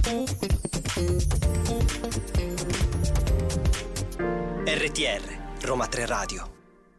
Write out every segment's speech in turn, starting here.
RTR Roma 3 Radio.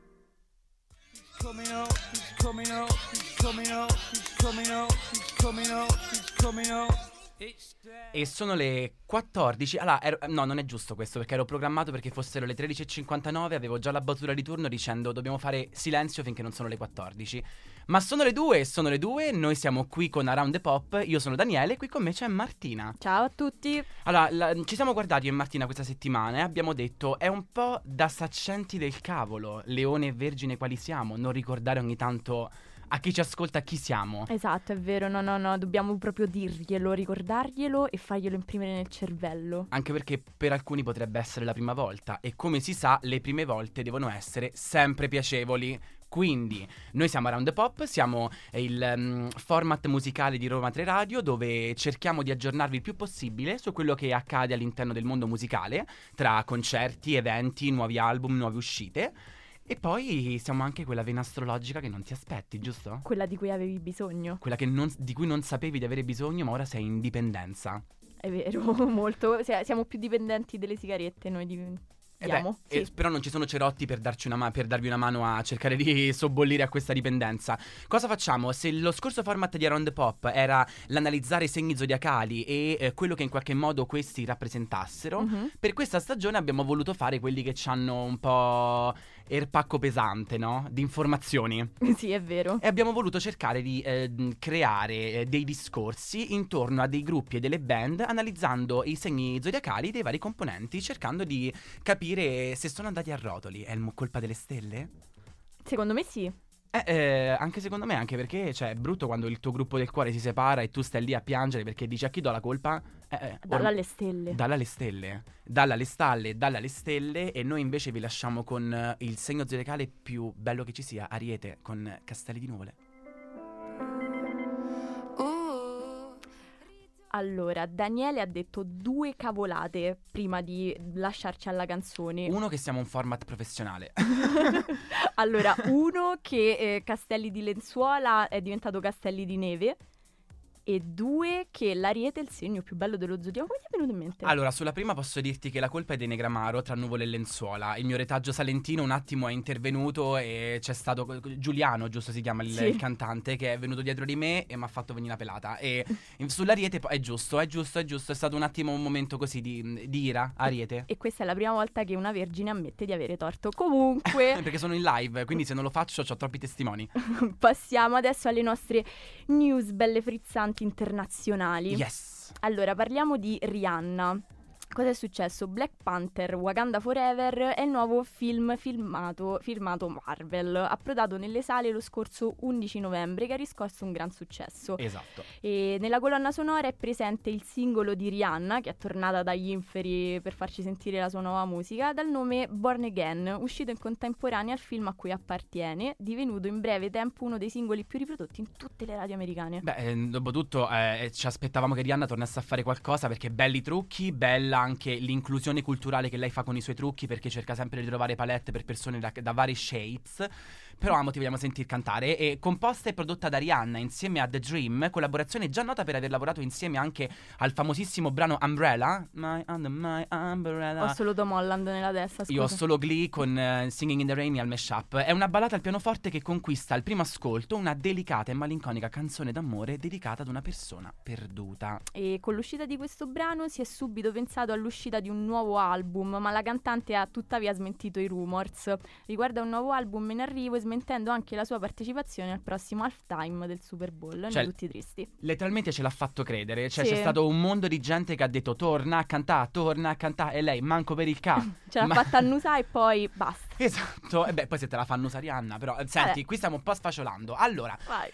E sono le 14. Allora, no, non è giusto questo, perché ero programmato perché fossero le 13:59. Avevo già la battuta di turno dicendo dobbiamo fare silenzio finché non sono le 14. Ma sono le 2. Noi siamo qui con Around the Pop. Io sono Daniele, qui con me c'è Martina. Ciao a tutti. Allora, ci siamo guardati io e Martina questa settimana e abbiamo detto è un po' da saccenti del cavolo, leone e vergine quali siamo, non ricordare ogni tanto a chi ci ascolta chi siamo. Esatto, è vero, no, dobbiamo proprio dirglielo, ricordarglielo e farglielo imprimere nel cervello. Anche perché per alcuni potrebbe essere la prima volta e come si sa le prime volte devono essere sempre piacevoli. Quindi noi siamo Around the Pop, siamo il format musicale di Roma 3 Radio dove cerchiamo di aggiornarvi il più possibile su quello che accade all'interno del mondo musicale, tra concerti, eventi, nuovi album, nuove uscite. E poi siamo anche quella vena astrologica che non ti aspetti, giusto? Quella di cui avevi bisogno. Quella di cui non sapevi di avere bisogno, ma ora sei in dipendenza. È vero, molto. Siamo più dipendenti delle sigarette noi sì. Però non ci sono cerotti per darvi una mano a cercare di sobbollire a questa dipendenza. Cosa facciamo? Se lo scorso format di Around the Pop era l'analizzare i segni zodiacali e quello che in qualche modo questi rappresentassero, per questa stagione abbiamo voluto fare quelli che hanno un po' pacco pesante, no? Di informazioni. Sì, è vero. E abbiamo voluto cercare di creare dei discorsi intorno a dei gruppi e delle band, analizzando i segni zodiacali dei vari componenti, cercando di capire se sono andati a rotoli. È colpa delle stelle? Secondo me sì. Anche secondo me, anche perché cioè, è brutto quando il tuo gruppo del cuore si separa e tu stai lì a piangere perché dici a chi do la colpa? Dalla alle stelle. Dalla alle stelle. Dalla alle stalle, dalla alle stelle. E noi invece vi lasciamo con il segno zodiacale più bello che ci sia, Ariete, con Castelli di Nuvole. Allora, Daniele ha detto 2 cavolate prima di lasciarci alla canzone. Uno, che siamo un format professionale. Allora, uno che Castelli di Lenzuola è diventato Castelli di Neve. E 2 che l'Ariete è il segno più bello dello zodiaco. Come ti è venuto in mente? Allora, sulla prima posso dirti che la colpa è dei Negramaro, tra nuvole e lenzuola. Il mio retaggio salentino un attimo è intervenuto e c'è stato Giuliano, giusto si chiama il cantante, che è venuto dietro di me e mi ha fatto venire la pelata. E sull'Ariete è giusto, è stato un attimo un momento così di ira, Ariete. E questa è la prima volta che una vergine ammette di avere torto. Comunque perché sono in live, quindi se non lo faccio ho troppi testimoni. Passiamo adesso alle nostre news belle frizzanti internazionali. Yes. Allora, parliamo di Rihanna. Cosa è successo? Black Panther Wakanda Forever è il nuovo film firmato Marvel, approdato nelle sale lo scorso 11 novembre, che ha riscosso un gran successo. Esatto. E nella colonna sonora è presente il singolo di Rihanna, che è tornata dagli inferi per farci sentire la sua nuova musica, dal nome Born Again, uscito in contemporanea al film a cui appartiene, divenuto in breve tempo uno dei singoli più riprodotti in tutte le radio americane. Beh, dopotutto ci aspettavamo che Rihanna tornasse a fare qualcosa, perché belli trucchi, bella anche l'inclusione culturale che lei fa con i suoi trucchi, perché cerca sempre di trovare palette per persone da vari shapes. Però amo, ti vogliamo sentire cantare. E composta e prodotta da Rihanna insieme a The Dream, collaborazione già nota per aver lavorato insieme anche al famosissimo brano Umbrella. Under my umbrella. Ho solo Tom Holland nella testa, scusa. Io ho solo Glee con Singing in the Rain al mashup. È una ballata al pianoforte che conquista al primo ascolto una delicata e malinconica canzone d'amore dedicata ad una persona perduta. E con l'uscita di questo brano si è subito pensato all'uscita di un nuovo album, ma la cantante ha tuttavia smentito i rumors riguardo a un nuovo album in arrivo, e smentendo anche la sua partecipazione al prossimo halftime del Super Bowl. Noi tutti tristi. Letteralmente ce l'ha fatto credere. Cioè sì. C'è stato un mondo di gente che ha detto torna a cantare, e lei manco per il Ce l'ha fatta annusare e poi basta. Esatto. E beh, poi se te la fa annusare Rihanna. Però senti, qui stiamo un po' sfasciolando. Allora, vai.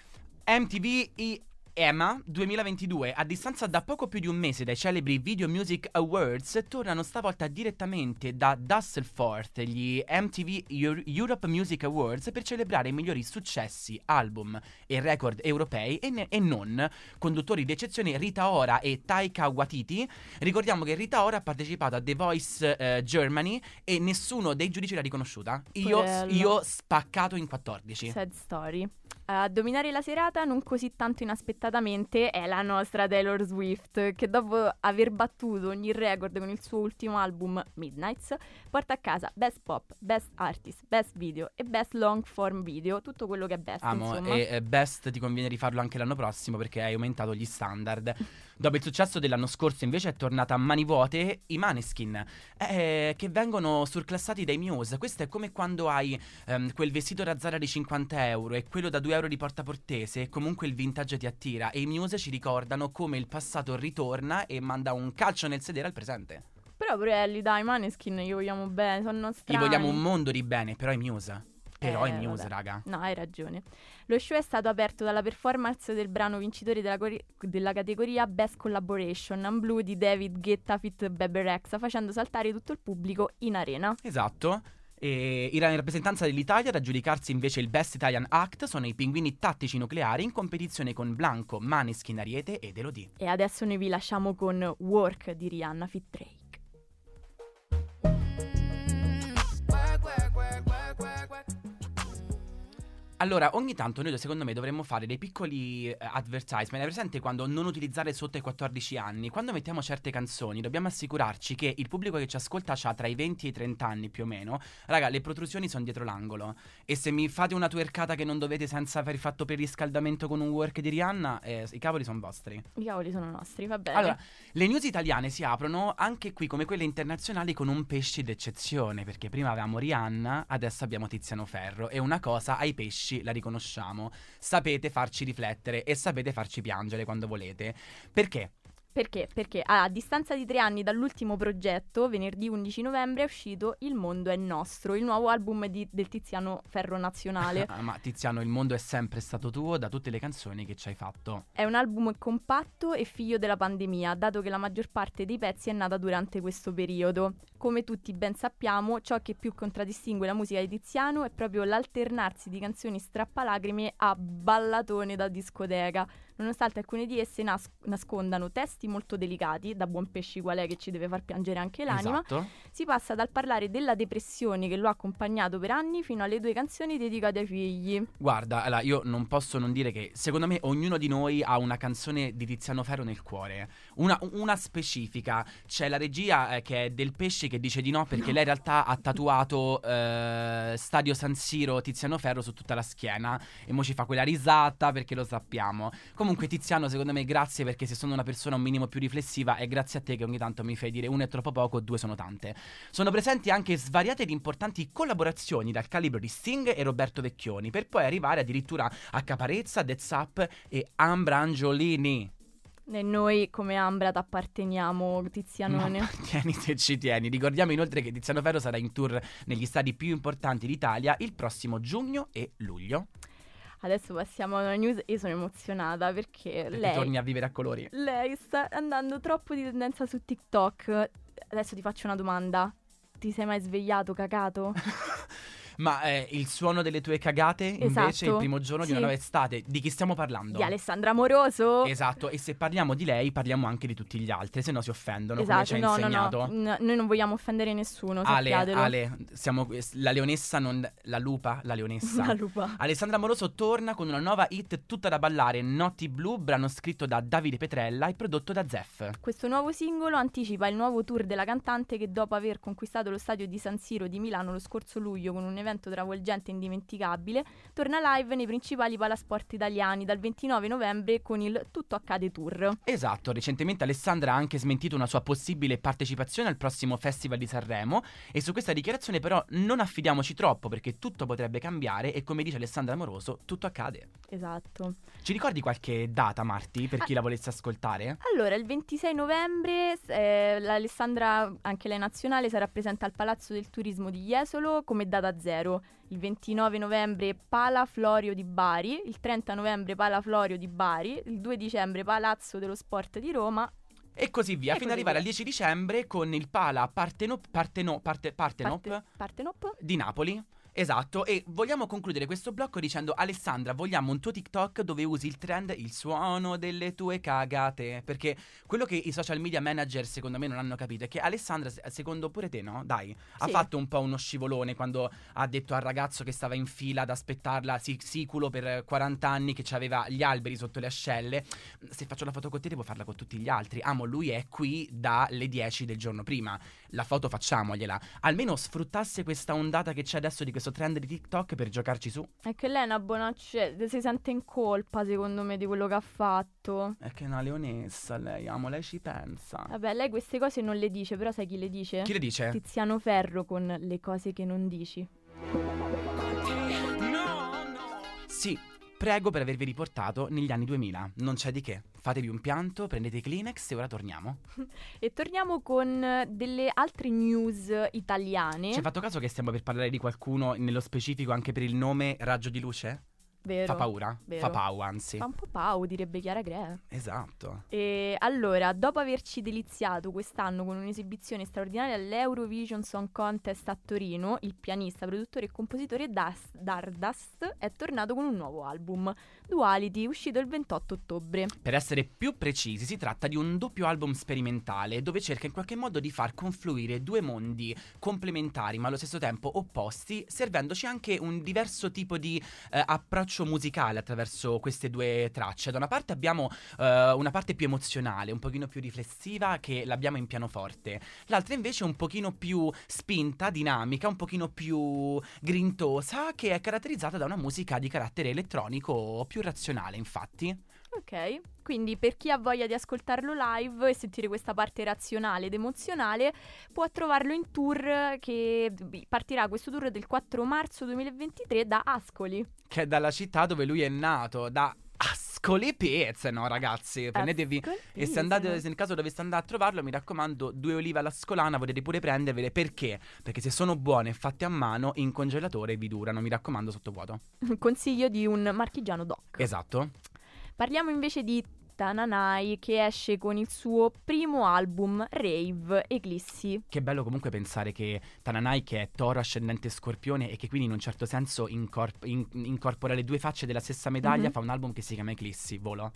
MTV EMA 2022, a distanza da poco più di un mese dai celebri Video Music Awards, tornano stavolta direttamente da Düsseldorf, gli MTV Europe Music Awards, per celebrare i migliori successi, album e record europei e non. Conduttori d'eccezione Rita Ora e Taika Waititi. Ricordiamo che Rita Ora ha partecipato a The Voice Germany e nessuno dei giudici l'ha riconosciuta. Io spaccato in 14. Sad story. A dominare la serata, non così tanto inaspettato inaspettatamente è la nostra Taylor Swift, che dopo aver battuto ogni record con il suo ultimo album Midnights, porta a casa Best Pop, Best Artist, Best Video e Best Long Form Video, tutto quello che è best, insomma. E Best ti conviene rifarlo anche l'anno prossimo perché hai aumentato gli standard. Dopo il successo dell'anno scorso invece è tornata a mani vuote i Maneskin, che vengono surclassati dai Muse. Questo è come quando hai quel vestito da Zara di 50 euro e quello da 2 euro di Porta Portese, e comunque il vintage ti attira, e i Muse ci ricordano come il passato ritorna e manda un calcio nel sedere al presente. Però Porelli, dai, Maneskin gli vogliamo bene, sono nostri. Gli vogliamo un mondo di bene, però i Muse. Però è Muse, vabbè. raga. No, hai ragione. Lo show è stato aperto dalla performance del brano vincitore della categoria Best Collaboration, Unblue di David Guetta feat. Bebe Rexha, facendo saltare tutto il pubblico in arena. Esatto. E in rappresentanza dell'Italia, ad aggiudicarsi invece il Best Italian Act sono i Pinguini Tattici Nucleari, in competizione con Blanco, Maneskin, Ariete ed Elodie. E adesso noi vi lasciamo con Work di Rihanna feat. Drake. Allora, ogni tanto noi secondo me dovremmo fare dei piccoli advertisement. Hai presente quando non utilizzare sotto i 14 anni? Quando mettiamo certe canzoni dobbiamo assicurarci che il pubblico che ci ascolta ha tra i 20 e i 30 anni più o meno. Raga, le protrusioni sono dietro l'angolo. E se mi fate una twerkata che non dovete senza aver fatto per riscaldamento con un work di Rihanna, i cavoli sono vostri. I cavoli sono nostri, va bene. Allora, le news italiane si aprono anche qui come quelle internazionali con un pesci d'eccezione, perché prima avevamo Rihanna, adesso abbiamo Tiziano Ferro, e una cosa ai pesci la riconosciamo: sapete farci riflettere e sapete farci piangere quando volete. Perché? Perché a distanza di 3 anni dall'ultimo progetto, venerdì 11 novembre è uscito Il mondo è nostro, il nuovo album del Tiziano Ferro nazionale. Ma Tiziano, il mondo è sempre stato tuo da tutte le canzoni che ci hai fatto. È un album compatto e figlio della pandemia, dato che la maggior parte dei pezzi è nata durante questo periodo. Come tutti ben sappiamo, ciò che più contraddistingue la musica di Tiziano è proprio l'alternarsi di canzoni strappalacrime a ballatone da discoteca, nonostante alcune di esse nascondano testi molto delicati, da buon pesci qual è che ci deve far piangere anche l'anima. Esatto. Si passa dal parlare della depressione che lo ha accompagnato per anni fino alle 2 canzoni dedicate ai figli. Guarda, allora, io non posso non dire che secondo me ognuno di noi ha una canzone di Tiziano Ferro nel cuore, una specifica. C'è la regia che è del pesce che dice di no perché lei in realtà ha tatuato Stadio San Siro Tiziano Ferro su tutta la schiena, e mo ci fa quella risata perché lo sappiamo. Comunque Tiziano, secondo me grazie, perché se sono una persona un minimo più riflessiva è grazie a te che ogni tanto mi fai dire 1 è troppo poco, 2 sono tante. Sono presenti anche svariate ed importanti collaborazioni dal calibro di Sting e Roberto Vecchioni, per poi arrivare addirittura a Caparezza, Dead Up e Ambra Angiolini. E noi come Ambra t'apparteniamo, Tizianone. Ma tieni se ci tieni. Ricordiamo inoltre che Tiziano Ferro sarà in tour negli stadi più importanti d'Italia il prossimo giugno e luglio. Adesso passiamo alla news. Io sono emozionata perché lei torni a vivere a colori. Lei sta andando troppo di tendenza su TikTok. Adesso ti faccio una domanda. Ti sei mai svegliato cagato? Ma il suono delle tue cagate invece Esatto, il primo giorno di una sì. nuova estate. Di chi stiamo parlando? Di Alessandra Amoroso. Esatto, e se parliamo di lei parliamo anche di tutti gli altri, se no si offendono, come ci Esatto, ha insegnato. no, noi non vogliamo offendere nessuno, Ale, sappiatelo. siamo la leonessa, non la lupa, la leonessa. La lupa. Alessandra Amoroso torna con una nuova hit tutta da ballare, Notti Blu, brano scritto da Davide Petrella e prodotto da Zeff. Questo nuovo singolo anticipa il nuovo tour della cantante che dopo aver conquistato lo stadio di San Siro di Milano lo scorso luglio con un evento travolgente e indimenticabile, torna live nei principali palasport italiani dal 29 novembre con il Tutto Accade Tour. Esatto, recentemente Alessandra ha anche smentito una sua possibile partecipazione al prossimo Festival di Sanremo, e su questa dichiarazione però non affidiamoci troppo perché tutto potrebbe cambiare e, come dice Alessandra Amoroso, tutto accade. Esatto. Ci ricordi qualche data, Marti, per chi la volesse ascoltare? Allora, il 26 novembre l'Alessandra, anche lei nazionale, sarà presente al Palazzo del Turismo di Jesolo come data zero. Il 29 novembre Pala Florio di Bari, il 30 novembre Pala Florio di Bari, il 2 dicembre Palazzo dello Sport di Roma. E così via, E fino così ad arrivare via. al 10 dicembre con il Pala Partenop Partenop? di Napoli. Esatto, e vogliamo concludere questo blocco dicendo: Alessandra, vogliamo un tuo TikTok dove usi il trend il suono delle tue cagate. Perché quello che i social media manager secondo me non hanno capito è che Alessandra, secondo pure te, no? Dai, ha Sì. fatto un po' uno scivolone quando ha detto al ragazzo che stava in fila ad aspettarla siculo per 40 anni, che aveva gli alberi sotto le ascelle: se faccio la foto con te devo farla con tutti gli altri. Amo, lui è qui dalle 10 del giorno prima, la foto facciamogliela. Almeno sfruttasse questa ondata che c'è adesso di questo trend di TikTok per giocarci su. È che lei è una si sente in colpa secondo me di quello che ha fatto. È che è una leonessa lei, amo, lei ci pensa. Vabbè, lei queste cose non le dice, però sai chi le dice? Chi le dice? Tiziano Ferro con Le cose che non dici. Sì, prego per avervi riportato negli anni 2000. Non c'è di che. Fatevi un pianto, prendete i Kleenex e ora torniamo. E torniamo con delle altre news italiane. Ci hai fatto caso che stiamo per parlare di qualcuno, nello specifico anche per il nome Raggio di Luce? Vero. Fa paura? Vero. Fa paura, anzi. Fa un po' pau, direbbe Chiara Grea. Esatto. E allora, dopo averci deliziato quest'anno con un'esibizione straordinaria all'Eurovision Song Contest a Torino, il pianista, produttore e compositore Dardust è tornato con un nuovo album, Duality, uscito il 28 ottobre. Per essere più precisi, si tratta di un doppio album sperimentale dove cerca in qualche modo di far confluire due mondi complementari ma allo stesso tempo opposti, servendoci anche un diverso tipo di approccio musicale attraverso queste due tracce. Da una parte abbiamo una parte più emozionale, un pochino più riflessiva, che l'abbiamo in pianoforte. L'altra invece un pochino più spinta, dinamica, un pochino più grintosa, che è caratterizzata da una musica di carattere elettronico più razionale, infatti. Ok, quindi per chi ha voglia di ascoltarlo live e sentire questa parte razionale ed emozionale, può trovarlo in tour, che partirà questo tour del 4 marzo 2023 da Ascoli. Che è dalla città dove lui è nato, da Ascoli Pizza, no ragazzi, prendetevi. Ascoli E se andate, Pizza. se nel caso doveste andare a trovarlo, mi raccomando, 2 olive all'ascolana potete pure prendervele. Perché? Perché se sono buone e fatte a mano, in congelatore vi durano, mi raccomando, sottovuoto. Consiglio di un marchigiano doc. Esatto. Parliamo invece di Tananai, che esce con il suo primo album, Rave Eclissi. Che bello comunque pensare che Tananai, che è Toro ascendente Scorpione e che quindi in un certo senso incorpora le due facce della stessa medaglia, Mhm. fa un album che si chiama Eclissi, volo.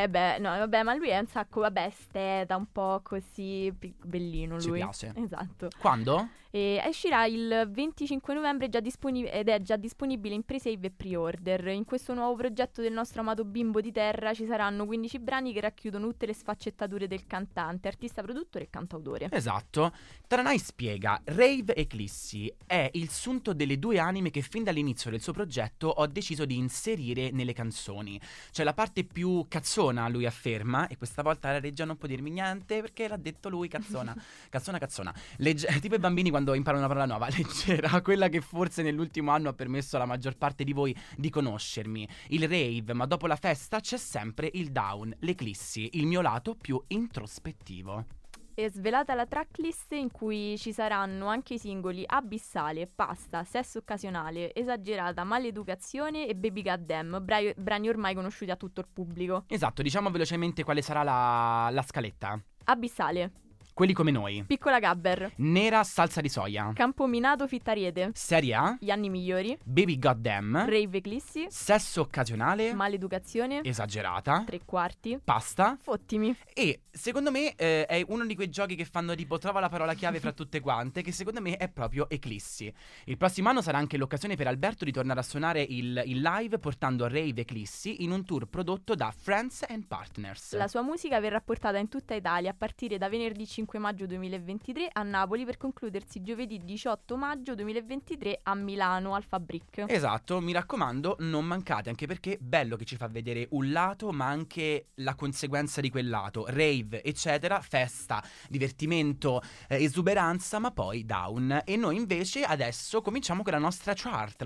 Ma lui è un sacco, esteta, un po' così, bellino Ci lui. piace. Esatto. Quando? E uscirà il 25 novembre ed è già disponibile in pre-save e pre-order. In questo nuovo progetto del nostro amato bimbo di terra ci saranno 15 brani che racchiudono tutte le sfaccettature del cantante, artista, produttore e cantautore. Esatto. Tananai spiega: Rave Eclissi è il sunto delle due anime che fin dall'inizio del suo progetto ho deciso di inserire nelle canzoni. Cioè la parte più cazzona, lui afferma, e questa volta la regia non può dirmi niente perché l'ha detto lui, cazzona. Cazzona. Tipo i bambini quando imparano una parola nuova. Leggera, quella che forse nell'ultimo anno ha permesso alla maggior parte di voi di conoscermi. Il rave, ma dopo la festa c'è sempre il down, l'eclissi, il mio lato più introspettivo. È svelata la tracklist in cui ci saranno anche i singoli Abissale, Pasta, Sesso occasionale, Esagerata, Maleducazione e Baby Goddamn, brani ormai conosciuti a tutto il pubblico. Esatto, diciamo velocemente quale sarà la scaletta. Abissale, Quelli come noi. Piccola Gabber, Nera salsa di soia. Campominato Fittariete, Serie A. Gli anni migliori, Baby Goddamn. Rave Eclissi, Sesso occasionale. Maleducazione, Esagerata. 3/4, Pasta. Fottimi. E secondo me è uno di quei giochi che fanno tipo trova la parola chiave fra tutte quante, che secondo me è proprio Eclissi. Il prossimo anno sarà anche l'occasione per Alberto di tornare a suonare il live portando Rave Eclissi in un tour prodotto da Friends and Partners. La sua musica verrà portata in tutta Italia a partire da venerdì 5 maggio 2023 a Napoli per concludersi giovedì 18 maggio 2023 a Milano al Fabric. Esatto, mi raccomando, non mancate, anche perché bello che ci fa vedere un lato ma anche la conseguenza di quel lato. Rave, eccetera, festa, divertimento, esuberanza, ma poi down. E noi invece adesso cominciamo con la nostra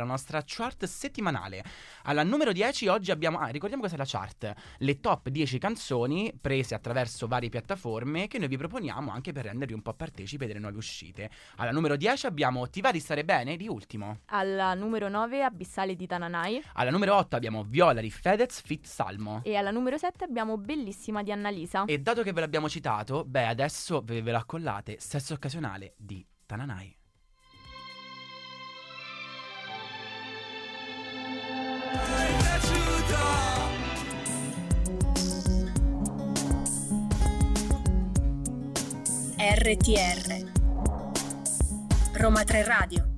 chart settimanale. Alla numero 10 oggi abbiamo, ricordiamo cos'è la chart, le top 10 canzoni prese attraverso varie piattaforme che noi vi proponiamo anche per rendervi un po' partecipi delle nuove uscite. Alla numero 10 abbiamo Ti va di stare bene di Ultimo. Alla numero 9 Abissale di Tananai. Alla numero 8 abbiamo Viola di Fedez fit Salmo. E alla numero 7 abbiamo Bellissima di Annalisa. E dato che ve l'abbiamo citato, adesso ve lo accollate, Sesso occasionale di Tananai. RTR Roma 3 Radio.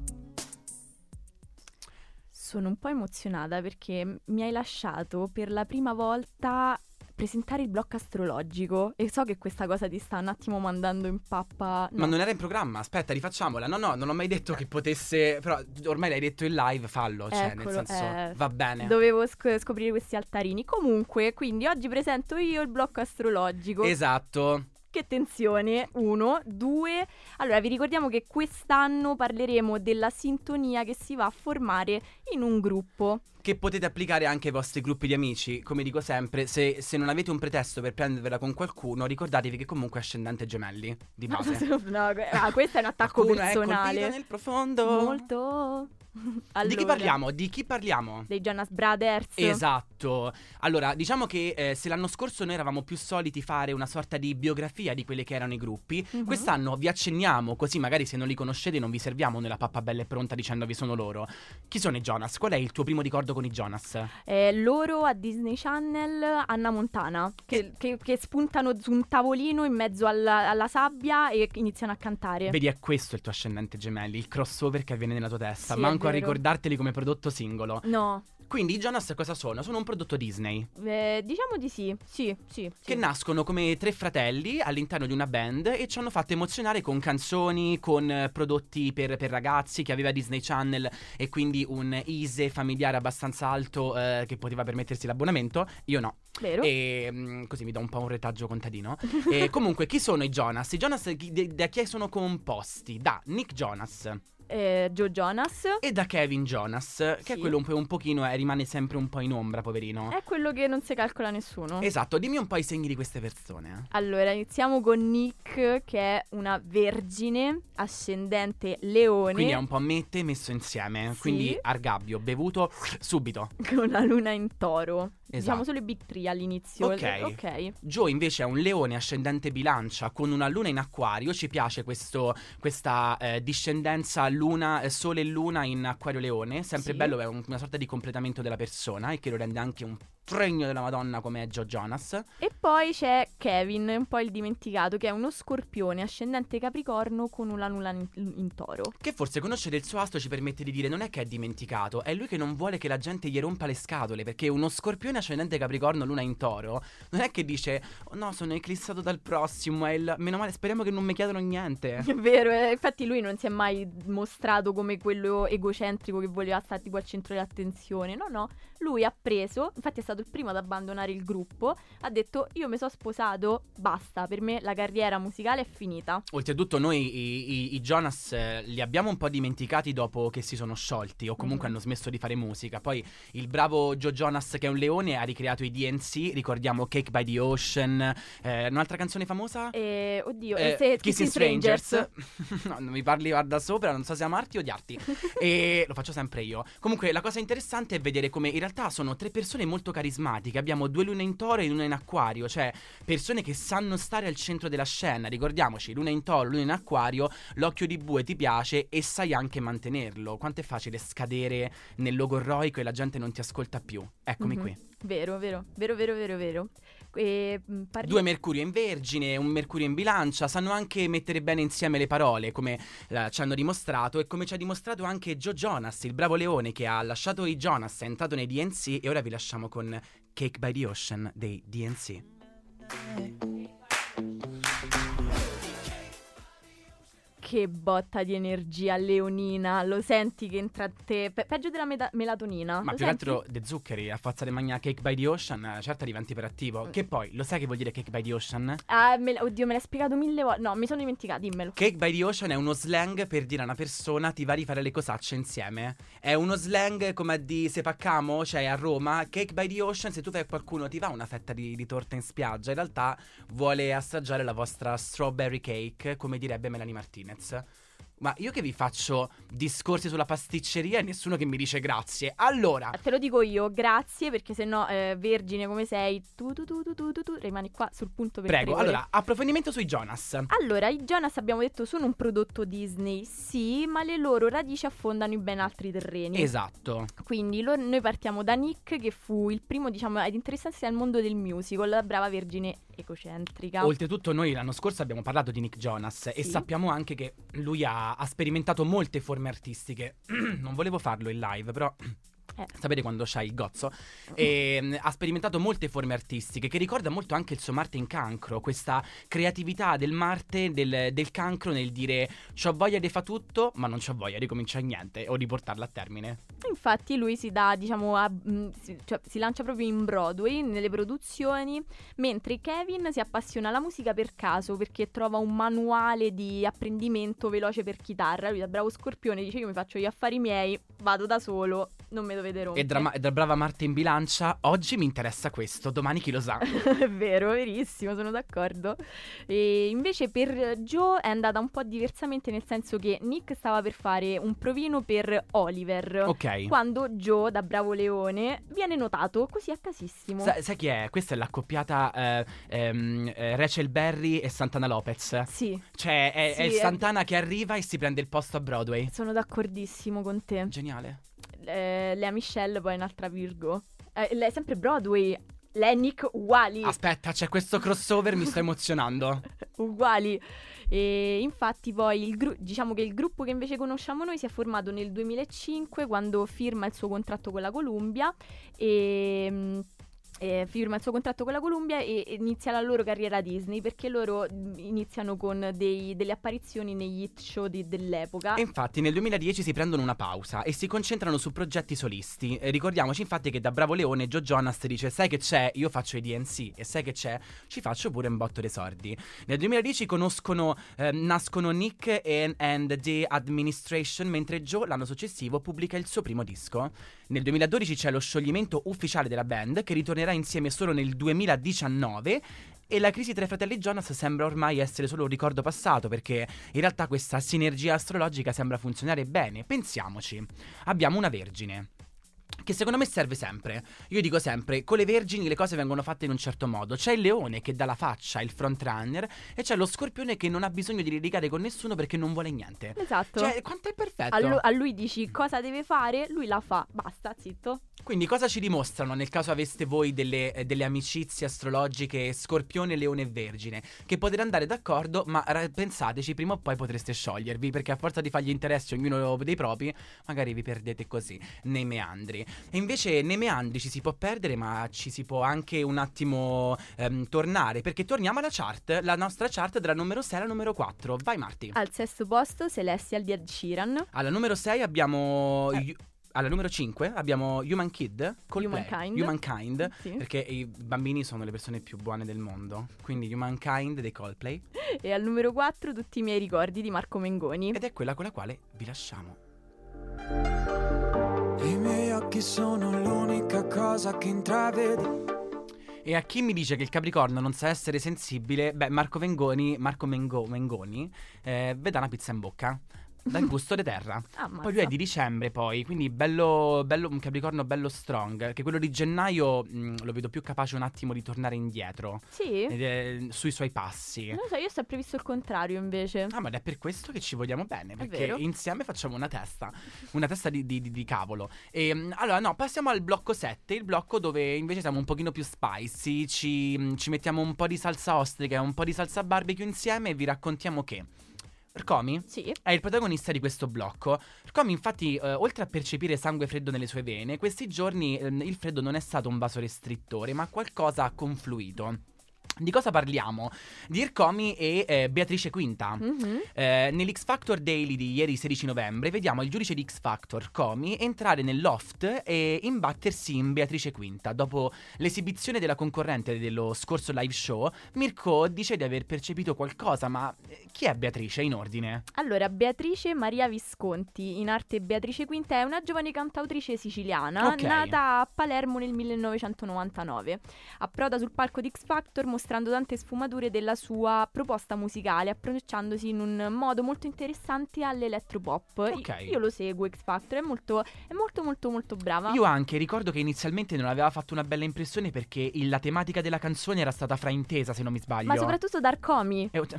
Sono un po' emozionata perché mi hai lasciato per la prima volta presentare il blocco astrologico e so che questa cosa ti sta un attimo mandando in pappa. No. Ma non era in programma, aspetta, rifacciamola. No, non ho mai detto che potesse, però ormai l'hai detto in live, fallo, cioè Eccolo, nel senso va bene. Dovevo scoprire questi altarini. Comunque, quindi oggi presento io il blocco astrologico. Esatto. Che tensione, 1, 2. Allora, vi ricordiamo che quest'anno parleremo della sintonia che si va a formare in un gruppo. Che potete applicare anche ai vostri gruppi di amici. Come dico sempre, se non avete un pretesto per prendervela con qualcuno, ricordatevi che comunque è ascendente gemelli, di base. No, questo è un attacco Qualcuno personale. è colpito nel profondo. Molto. Allora, Di chi parliamo? Di chi parliamo? Dei Jonas Brothers. Esatto. Allora, diciamo che se l'anno scorso noi eravamo più soliti fare una sorta di biografia di quelli che erano i gruppi, quest'anno vi accenniamo, così magari se non li conoscete non vi serviamo nella pappa bella e pronta dicendovi sono loro. Chi sono i Jonas? Qual è il tuo primo ricordo con i Jonas? Loro a Disney Channel, Hannah Montana, che spuntano su un tavolino in mezzo alla sabbia e iniziano a cantare. Vedi, è questo il tuo ascendente gemelli, il crossover che avviene nella tua testa. Sì, Manco a vero. ricordarteli come prodotto singolo. No. Quindi i Jonas cosa sono? Sono un prodotto Disney. Diciamo di sì. Sì. Che nascono come 3 fratelli all'interno di una band e ci hanno fatto emozionare con canzoni, con prodotti per ragazzi che aveva Disney Channel e quindi un ISE familiare abbastanza alto che poteva permettersi l'abbonamento. Io no. Vero? E così mi do un po' un retaggio contadino. E comunque chi sono i Jonas? I Jonas da chi sono composti? Da Nick Jonas Joe Jonas e da Kevin Jonas, che Sì. è quello un pochino rimane sempre un po' in ombra, poverino. è quello che non si calcola nessuno. Esatto, dimmi un po' i segni di queste persone. Allora, iniziamo con Nick, che è una vergine ascendente leone. Quindi è un po' mette messo insieme. Sì. Quindi argabbio, bevuto subito. con la luna in toro. Esatto. Diciamo solo i big three all'inizio. Ok. Joe invece è un leone ascendente bilancia con una luna in acquario. Ci piace questa discendenza luna, sole e luna in acquario leone. Sempre Sì. bello, è una sorta di completamento della persona e che lo rende anche un fregno della Madonna come è Joe Jonas. E poi c'è Kevin, un po' il dimenticato, che è uno scorpione ascendente capricorno con una luna in toro. Che forse conoscere il suo astro ci permette di dire non è che è dimenticato, è lui che non vuole che la gente gli rompa le scatole, perché uno scorpione ascendente capricorno luna in toro non è che dice oh no, sono eclissato dal prossimo, meno male, speriamo che non mi chiedano niente. È vero, infatti lui non si è mai mostrato come quello egocentrico che voleva stare tipo al centro dell'attenzione. No, lui ha preso, infatti è stato il primo ad abbandonare il gruppo, ha detto io mi sono sposato, basta, per me la carriera musicale è finita. Oltretutto noi i Jonas li abbiamo un po' dimenticati dopo che si sono sciolti o comunque hanno smesso di fare musica. Poi il bravo Joe Jonas, che è un leone, ha ricreato i DNC, ricordiamo Cake by the Ocean, un'altra canzone famosa? Kissing Strangers. No, non mi parli da sopra, non so se amarti o odiarti. E lo faccio sempre io. Comunque la cosa interessante è vedere come in realtà sono 3 persone molto carismatiche. Abbiamo 2 lune in toro e luna in acquario, cioè persone che sanno stare al centro della scena. Ricordiamoci, luna in toro, luna in acquario, l'occhio di bue ti piace e sai anche mantenerlo. Quanto è facile scadere nel logorroico e la gente non ti ascolta più. Eccomi qui. Vero. 2 Mercurio in Vergine, un Mercurio in Bilancia. Sanno anche mettere bene insieme le parole, come ci hanno dimostrato e come ci ha dimostrato anche Joe Jonas, il bravo leone che ha lasciato i Jonas, è entrato nei DNC e ora vi lasciamo con Cake by the Ocean dei DNC. Che botta di energia leonina, lo senti che entra a te, peggio della melatonina. Ma lo più che senti? altro de zuccheri, a forza di mangiare Cake by the Ocean, certo diventi iperattivo. Che poi, lo sai che vuol dire Cake by the Ocean? Oddio, me l'hai spiegato 1000 volte. No, mi sono dimenticata, dimmelo. Cake by the Ocean è uno slang per dire a una persona ti va a rifare le cosacce insieme. È uno slang come a di se paccamo, cioè a Roma, Cake by the Ocean, se tu fai a qualcuno ti va una fetta di torta in spiaggia, in realtà vuole assaggiare la vostra strawberry cake, come direbbe Melanie Martinez. Ma io che vi faccio discorsi sulla pasticceria e nessuno che mi dice grazie. Allora, Te lo dico io, grazie, perché sennò vergine come sei, tu rimani qua sul punto per prego, 3 ore. allora, approfondimento sui Jonas. Allora, i Jonas abbiamo detto sono un prodotto Disney, sì, ma le loro radici affondano in ben altri terreni. Esatto. Quindi noi partiamo da Nick, che fu il primo, diciamo, ad interessarsi al mondo del musical, la brava vergine egocentrica. Oltretutto noi l'anno scorso abbiamo parlato di Nick Jonas e Sì. sappiamo anche che lui ha sperimentato molte forme artistiche. Non volevo farlo in live, però sapete quando c'hai il gozzo? Ha sperimentato molte forme artistiche, che ricorda molto anche il suo Marte in Cancro, questa creatività del Marte, del Cancro, nel dire c'ho voglia di fa tutto, ma non c'ho voglia di cominciare niente o di portarla a termine. Infatti lui si dà, diciamo, si lancia proprio in Broadway, nelle produzioni, mentre Kevin si appassiona alla musica per caso, perché trova un manuale di apprendimento veloce per chitarra. Lui da bravo scorpione dice: io mi faccio gli affari miei, vado da solo, non mi dovete rompere. E da brava Marte in bilancia, oggi mi interessa questo, domani chi lo sa. È vero, verissimo, sono d'accordo. E invece per Joe è andata un po' diversamente, nel senso che Nick stava per fare un provino per Oliver. Ok. Quando Joe, da bravo leone, viene notato così a casissimo. Sai chi è? Questa è l'accoppiata Rachel Berry e Santana Lopez. Sì, Cioè è Sì, Santana che arriva e si prende il posto a Broadway. sono d'accordissimo con te. Geniale. Lea Michelle, poi un'altra Virgo. Lei è sempre Broadway. Lei e Nick uguali. Aspetta, c'è questo crossover, mi sto emozionando. Uguali. E infatti poi diciamo che il gruppo che invece conosciamo noi si è formato nel 2005, quando firma il suo contratto con la Columbia e inizia la loro carriera Disney, perché loro iniziano con delle apparizioni negli hit show dell'epoca. E infatti nel 2010 si prendono una pausa e si concentrano su progetti solisti. Ricordiamoci infatti che da bravo leone Joe Jonas dice: sai che c'è? Io faccio i DNC e sai che c'è? Ci faccio pure un botto dei sordi. Nel 2010 nascono Nick and the Administration, mentre Joe l'anno successivo pubblica il suo primo disco. Nel 2012 c'è lo scioglimento ufficiale della band, che ritornerà insieme solo nel 2019. E la crisi tra i fratelli Jonas sembra ormai essere solo un ricordo passato, perché in realtà questa sinergia astrologica sembra funzionare bene. Pensiamoci, abbiamo una vergine che secondo me serve sempre. Io dico sempre, con le vergini le cose vengono fatte in un certo modo. C'è il leone che dà la faccia, il frontrunner, e c'è lo scorpione che non ha bisogno di litigare con nessuno perché non vuole niente. Esatto. Cioè, quanto è perfetto. A lui dici cosa deve fare, lui la fa, basta, zitto. Quindi cosa ci dimostrano nel caso aveste voi delle amicizie astrologiche Scorpione, Leone e Vergine? Che potete andare d'accordo, ma pensateci, prima o poi potreste sciogliervi, perché a forza di fare gli interessi ognuno dei propri, magari vi perdete così nei meandri. E invece nei meandri ci si può perdere, ma ci si può anche un attimo tornare, perché torniamo alla chart, la nostra chart dalla numero 6 alla numero 4. Vai Marti. Al sesto posto Celestial di Ed Sheeran. Alla numero 6 abbiamo... Alla numero 5 abbiamo Human Kid, Humankind, Sì. perché i bambini sono le persone più buone del mondo. Quindi Humankind dei Coldplay. E al numero 4 Tutti i miei ricordi di Marco Mengoni. Ed è quella con la quale vi lasciamo. I miei occhi sono l'unica cosa che intravedi. E a chi mi dice che il Capricorno non sa essere sensibile, beh, Marco Mengoni veda una pizza in bocca. Dal gusto di terra. Ammazza. Poi lui è di dicembre poi, quindi bello un Capricorno bello strong. Che quello di gennaio lo vedo più capace un attimo di tornare indietro. Sì? Sui suoi passi. Non lo so, io ho sempre visto il contrario invece. Ah, ma è per questo che ci vogliamo bene, perché vero. insieme facciamo una testa di cavolo. E allora no, passiamo al blocco 7, il blocco dove invece siamo un pochino più spicy, ci mettiamo un po' di salsa ostrica e un po' di salsa barbecue insieme e vi raccontiamo che Rkomi Sì. è il protagonista di questo blocco. Rkomi infatti, oltre a percepire sangue freddo nelle sue vene, questi giorni il freddo non è stato un vasorestrittore, ma qualcosa ha confluito. Di cosa parliamo? Di Rkomi e Beatrice Quinta. Nell'X Factor Daily di ieri 16 novembre vediamo il giudice di X Factor, Rkomi, entrare nel loft e imbattersi in Beatrice Quinta. Dopo l'esibizione della concorrente dello scorso live show, Mirko dice di aver percepito qualcosa, ma chi è Beatrice in ordine? Allora, Beatrice Maria Visconti, in arte Beatrice Quinta, è una giovane cantautrice siciliana, Ok. nata a Palermo nel 1999. Approda sul palco di X Factor mostrando mostrando tante sfumature della sua proposta musicale, approcciandosi in un modo molto interessante all'elettropop. Ok. Io lo seguo, X Factor, è molto molto brava. Io anche ricordo che inizialmente non aveva fatto una bella impressione perché la tematica della canzone era stata fraintesa, se non mi sbaglio. Ma soprattutto Darkomi È,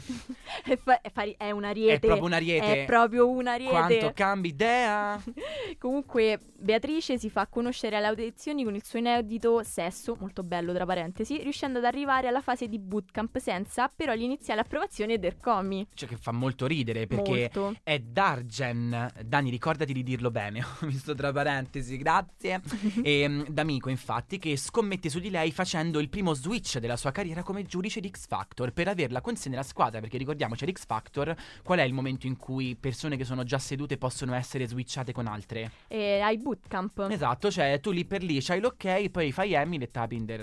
è un ariete. è proprio un ariete. È proprio un ariete. Quanto cambi idea? Comunque Beatrice si fa conoscere alle audizioni con il suo inedito Sesso, molto bello tra parentesi, riuscendo ad arrivare alla fase di bootcamp senza però l'iniziale approvazione del Comi. Cioè che fa molto ridere perché Molto. è Dargen. Dani, ricordati di dirlo bene. Ho visto tra parentesi, grazie. E D'Amico, infatti, che scommette su di lei facendo il primo switch della sua carriera come giudice di X Factor per averla con sé nella squadra. Perché ricordiamoci, ad X Factor, qual è il momento in cui persone che sono già sedute possono essere switchate con altre? E ai bootcamp. Esatto, cioè tu lì per lì c'hai l'ok, poi fai Emil e tapi in der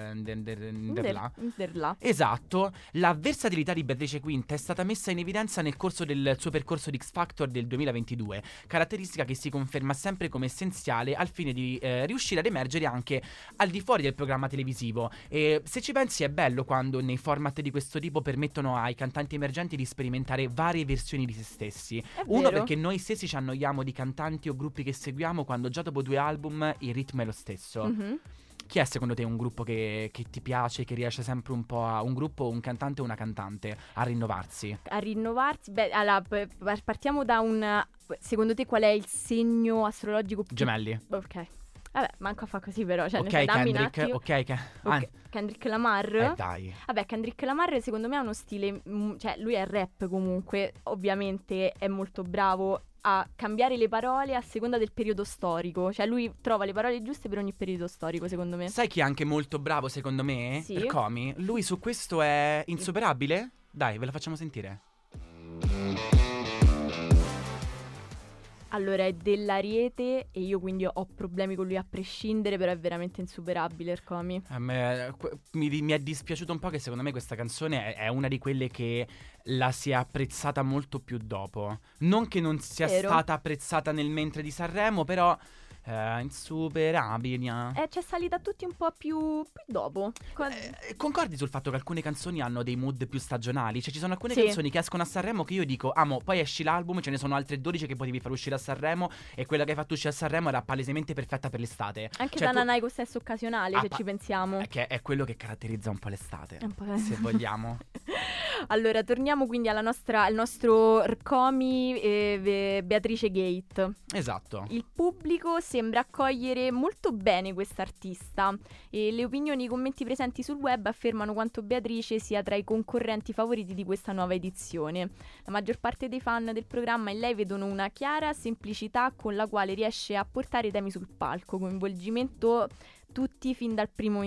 là. Der là. Esatto, la versatilità di Beatrice Quinta è stata messa in evidenza nel corso del suo percorso di X Factor del 2022, caratteristica che si conferma sempre come essenziale al fine di riuscire ad emergere anche al di fuori del programma televisivo. E se ci pensi è bello quando nei format di questo tipo permettono ai cantanti emergenti di sperimentare varie versioni di se stessi. È Uno, vero. perché noi stessi ci annoiamo di cantanti o gruppi che seguiamo quando già dopo 2 album il ritmo è lo stesso. Mhm. Chi è secondo te un gruppo che ti piace, che riesce sempre un po' a... un gruppo, un cantante o una cantante a rinnovarsi? A rinnovarsi. Beh, allora, partiamo da un. Secondo te qual è il segno astrologico più. Gemelli. Ok. Vabbè, manco a fa così però. Cioè, Ok, dammi un Kendrick. attimo. Ok. Kendrick Lamar. Dai. Vabbè, Kendrick Lamar secondo me ha uno stile, cioè lui è rap comunque, ovviamente è molto bravo a cambiare le parole a seconda del periodo storico, cioè lui trova le parole giuste per ogni periodo storico secondo me. Sai chi è anche molto bravo secondo me? Sì. Per Comi? Lui su questo è insuperabile? Dai, ve la facciamo sentire. Allora è dell'Ariete e io quindi ho problemi con lui a prescindere, però è veramente insuperabile il Comi. A me, mi è dispiaciuto un po' che secondo me questa canzone è una di quelle che la si è apprezzata molto più dopo. Non che non sia Vero. stata apprezzata nel mentre di Sanremo, però insuperabile. C'è salita tutti un po' più dopo. Concordi sul fatto che alcune canzoni hanno dei mood più stagionali? Cioè ci sono alcune Sì. canzoni che escono a Sanremo che io dico amo, poi esci l'album, ce ne sono altre 12 che potevi far uscire a Sanremo e quella che hai fatto uscire a Sanremo era palesemente perfetta per l'estate. Anche Cioè, da tu- Nanai con sesso occasionale, se Ah, ci pensiamo. che è quello che caratterizza un po' l'estate, È un po'. se vogliamo. Allora, torniamo quindi al nostro Comi Beatrice Gate. Esatto. Il pubblico sembra accogliere molto bene quest'artista e le opinioni e i commenti presenti sul web affermano quanto Beatrice sia tra i concorrenti favoriti di questa nuova edizione. La maggior parte dei fan del programma in lei vedono una chiara semplicità con la quale riesce a portare i temi sul palco, coinvolgendo tutti fin dal primo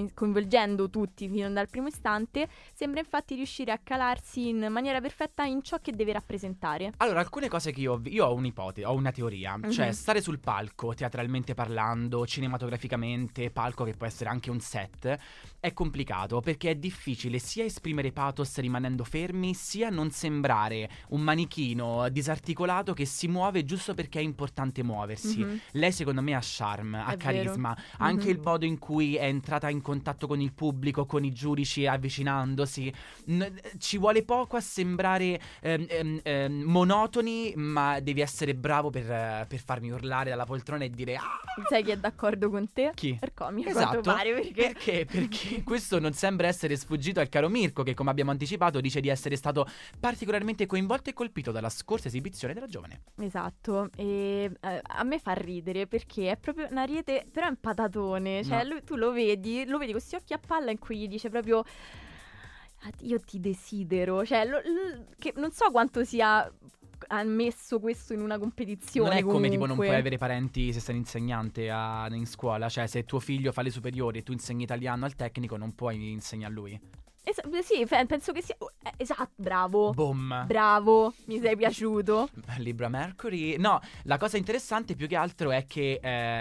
istante. Sembra infatti riuscire a calarsi in maniera perfetta in ciò che deve rappresentare. Allora, alcune cose che io ho un'ipotesi, ho una teoria. Cioè, Mhm. stare sul palco, teatralmente parlando, cinematograficamente, palco che può essere anche un set, è complicato perché è difficile sia esprimere pathos rimanendo fermi, sia non sembrare un manichino disarticolato che si muove giusto perché è importante muoversi. Mhm. Lei secondo me ha charme, ha È carisma, vero. anche Mhm. il modo in cui è entrata in contatto con il pubblico, con i giudici, avvicinandosi. Ci vuole poco a sembrare monotoni, ma devi essere bravo per farmi urlare dalla poltrona e dire "Ah!" Sai chi è d'accordo con te? Chi? Ercomi, a Esatto. quanto pare, perché Perché questo non sembra essere sfuggito al caro Mirko, che come abbiamo anticipato dice di essere stato particolarmente coinvolto e colpito dalla scorsa esibizione della giovane. Esatto, e a me fa ridere perché è proprio un ariete, però è un patatone, cioè No. lui, tu lo vedi con questi occhi a palla in cui gli dice proprio io ti desidero, cioè che non so quanto sia ammesso questo in una competizione. Non è come tipo non comunque. puoi avere parenti se sei insegnante in scuola, cioè se tuo figlio fa le superiori e tu insegni italiano al tecnico non puoi insegnare a lui. Sì, penso che sia esatto, bravo. Boom. Bravo, mi sei piaciuto. Libra Mercury. No, la cosa interessante più che altro è che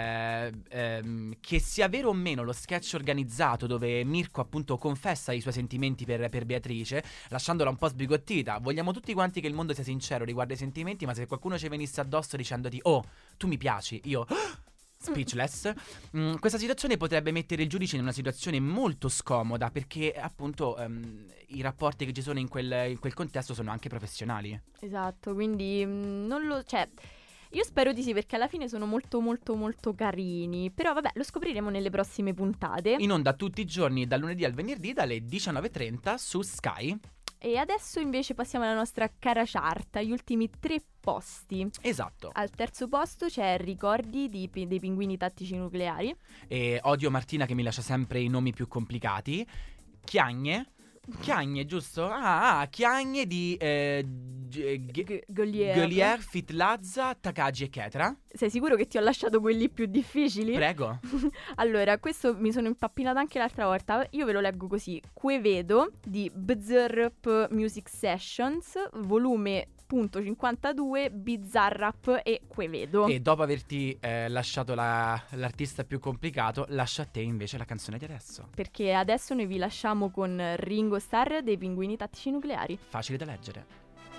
sia vero o meno lo sketch organizzato dove Mirko appunto confessa i suoi sentimenti per Beatrice, lasciandola un po' sbigottita. Vogliamo tutti quanti che il mondo sia sincero riguardo ai sentimenti, ma se qualcuno ci venisse addosso dicendoti "Oh, tu mi piaci", io speechless. Questa situazione potrebbe mettere il giudice in una situazione molto scomoda perché appunto i rapporti che ci sono in quel contesto sono anche professionali. Esatto, quindi non lo... cioè... Io spero di sì, perché alla fine sono molto molto molto carini. Però vabbè, lo scopriremo nelle prossime puntate. In onda tutti i giorni, dal lunedì al venerdì, dalle 19:30 su Sky. E adesso invece passiamo alla nostra cara chart, agli ultimi 3 posti. Esatto. Al terzo posto c'è Ricordi dei pinguini tattici nucleari. E odio Martina che mi lascia sempre i nomi più complicati. Chiagne, giusto? Chiagne di Golier, Fitlazza, Takagi e Ketra. Sei sicuro che ti ho lasciato quelli più difficili? Prego. Allora, questo mi sono impappinata anche l'altra volta. Io ve lo leggo così: Quevedo di Bzrp Music Sessions, volume .52, Bizarrap e Quevedo. E dopo averti lasciato l'artista più complicato, lascio a te invece la canzone di adesso. Perché adesso noi vi lasciamo con Ringo Starr dei Pinguini Tattici Nucleari. Facile da leggere.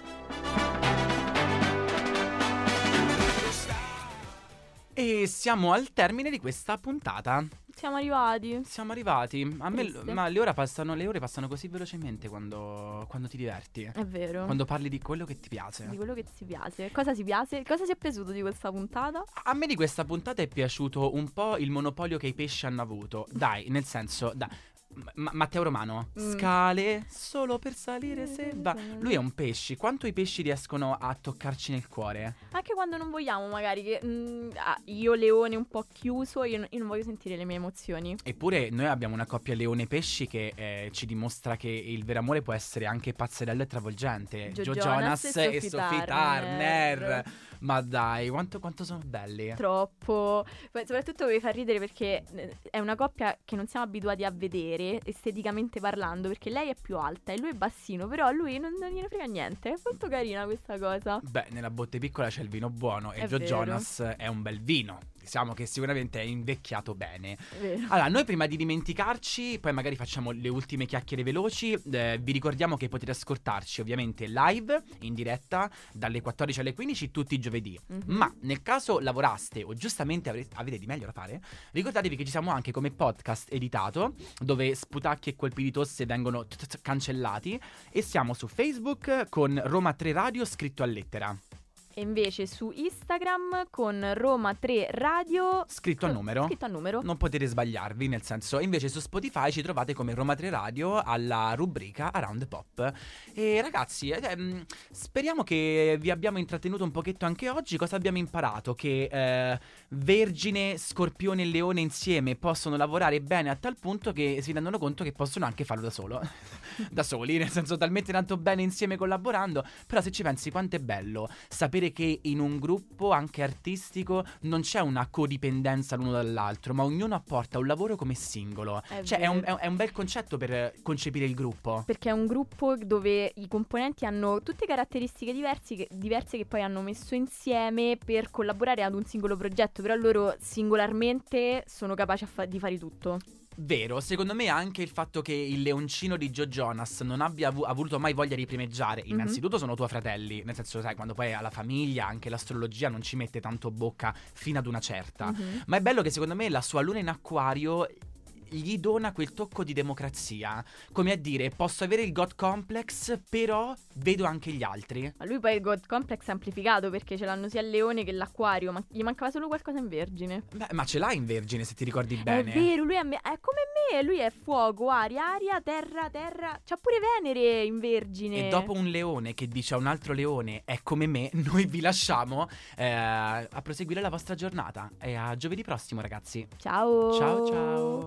E siamo al termine di questa puntata. Siamo arrivati. Ma le ore passano così velocemente quando ti diverti. È vero. Quando parli di quello che ti piace. Di quello che ti piace. Cosa ti piace? Cosa ti è piaciuto di questa puntata? A me di questa puntata è piaciuto un po' il monopolio che i pesci hanno avuto. Dai, nel senso, Matteo Romano, scale solo per salire se va. Lui è un pesce. Quanto i pesci riescono a toccarci nel cuore? Anche quando non vogliamo, magari che io leone un po' chiuso, io non voglio sentire le mie emozioni. Eppure noi abbiamo una coppia leone-pesci che ci dimostra che il vero amore può essere anche pazzerello e travolgente. Joe Jonas e Sophie Sophie Turner. Ma dai, quanto sono belli. Troppo. Poi, soprattutto mi fa ridere perché è una coppia che non siamo abituati a vedere esteticamente parlando, perché lei è più alta e lui è bassino, però a lui non gliene frega niente. È molto carina questa cosa. Beh, nella botte piccola c'è il vino buono e È Joe vero. Jonas è un bel vino. Diciamo che sicuramente è invecchiato bene. Vero. Allora, noi prima di dimenticarci, poi magari facciamo le ultime chiacchiere veloci, vi ricordiamo che potete ascoltarci ovviamente live, in diretta, dalle 14 alle 15 tutti i giovedì. Ma nel caso lavoraste o giustamente avete di meglio da fare, ricordatevi che ci siamo anche come podcast editato, dove sputacchi e colpi di tosse vengono cancellati, e siamo su Facebook con Roma 3 Radio scritto a lettera. E invece su Instagram con Roma 3 Radio Scritto a numero. Non potete sbagliarvi, nel senso. Invece su Spotify ci trovate come Roma 3 Radio alla rubrica Around the Pop. E ragazzi, speriamo che vi abbiamo intrattenuto un pochetto anche oggi. Cosa abbiamo imparato? Che Vergine, Scorpione e Leone insieme possono lavorare bene a tal punto che si rendono conto che possono anche farlo da soli, nel senso, talmente tanto bene insieme collaborando. Però se ci pensi, quanto è bello sapere che in un gruppo anche artistico non c'è una codipendenza l'uno dall'altro, ma ognuno apporta un lavoro come singolo. È un bel concetto per concepire il gruppo. Perché è un gruppo dove i componenti hanno tutte caratteristiche diverse che poi hanno messo insieme per collaborare ad un singolo progetto, però loro singolarmente sono capaci di fare tutto. Vero, secondo me anche il fatto che il leoncino di Joe Jonas non abbia avuto mai voglia di primeggiare. Innanzitutto sono tuoi fratelli, nel senso, sai, quando poi alla famiglia anche l'astrologia non ci mette tanto bocca fino ad una certa. Ma è bello che secondo me la sua luna in acquario gli dona quel tocco di democrazia, come a dire, posso avere il God Complex, però vedo anche gli altri. Ma lui poi il God Complex è amplificato, perché ce l'hanno sia il leone che l'acquario, ma gli mancava solo qualcosa in Vergine. Beh, ma ce l'hai in Vergine, se ti ricordi bene. È vero, lui è come me, lui è fuoco, aria, terra. C'ha pure Venere in Vergine. E dopo un leone che dice a un altro leone è come me, noi vi lasciamo a proseguire la vostra giornata. E a giovedì prossimo, ragazzi. Ciao. Ciao.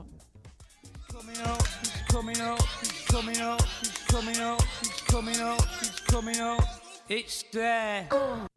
It's there.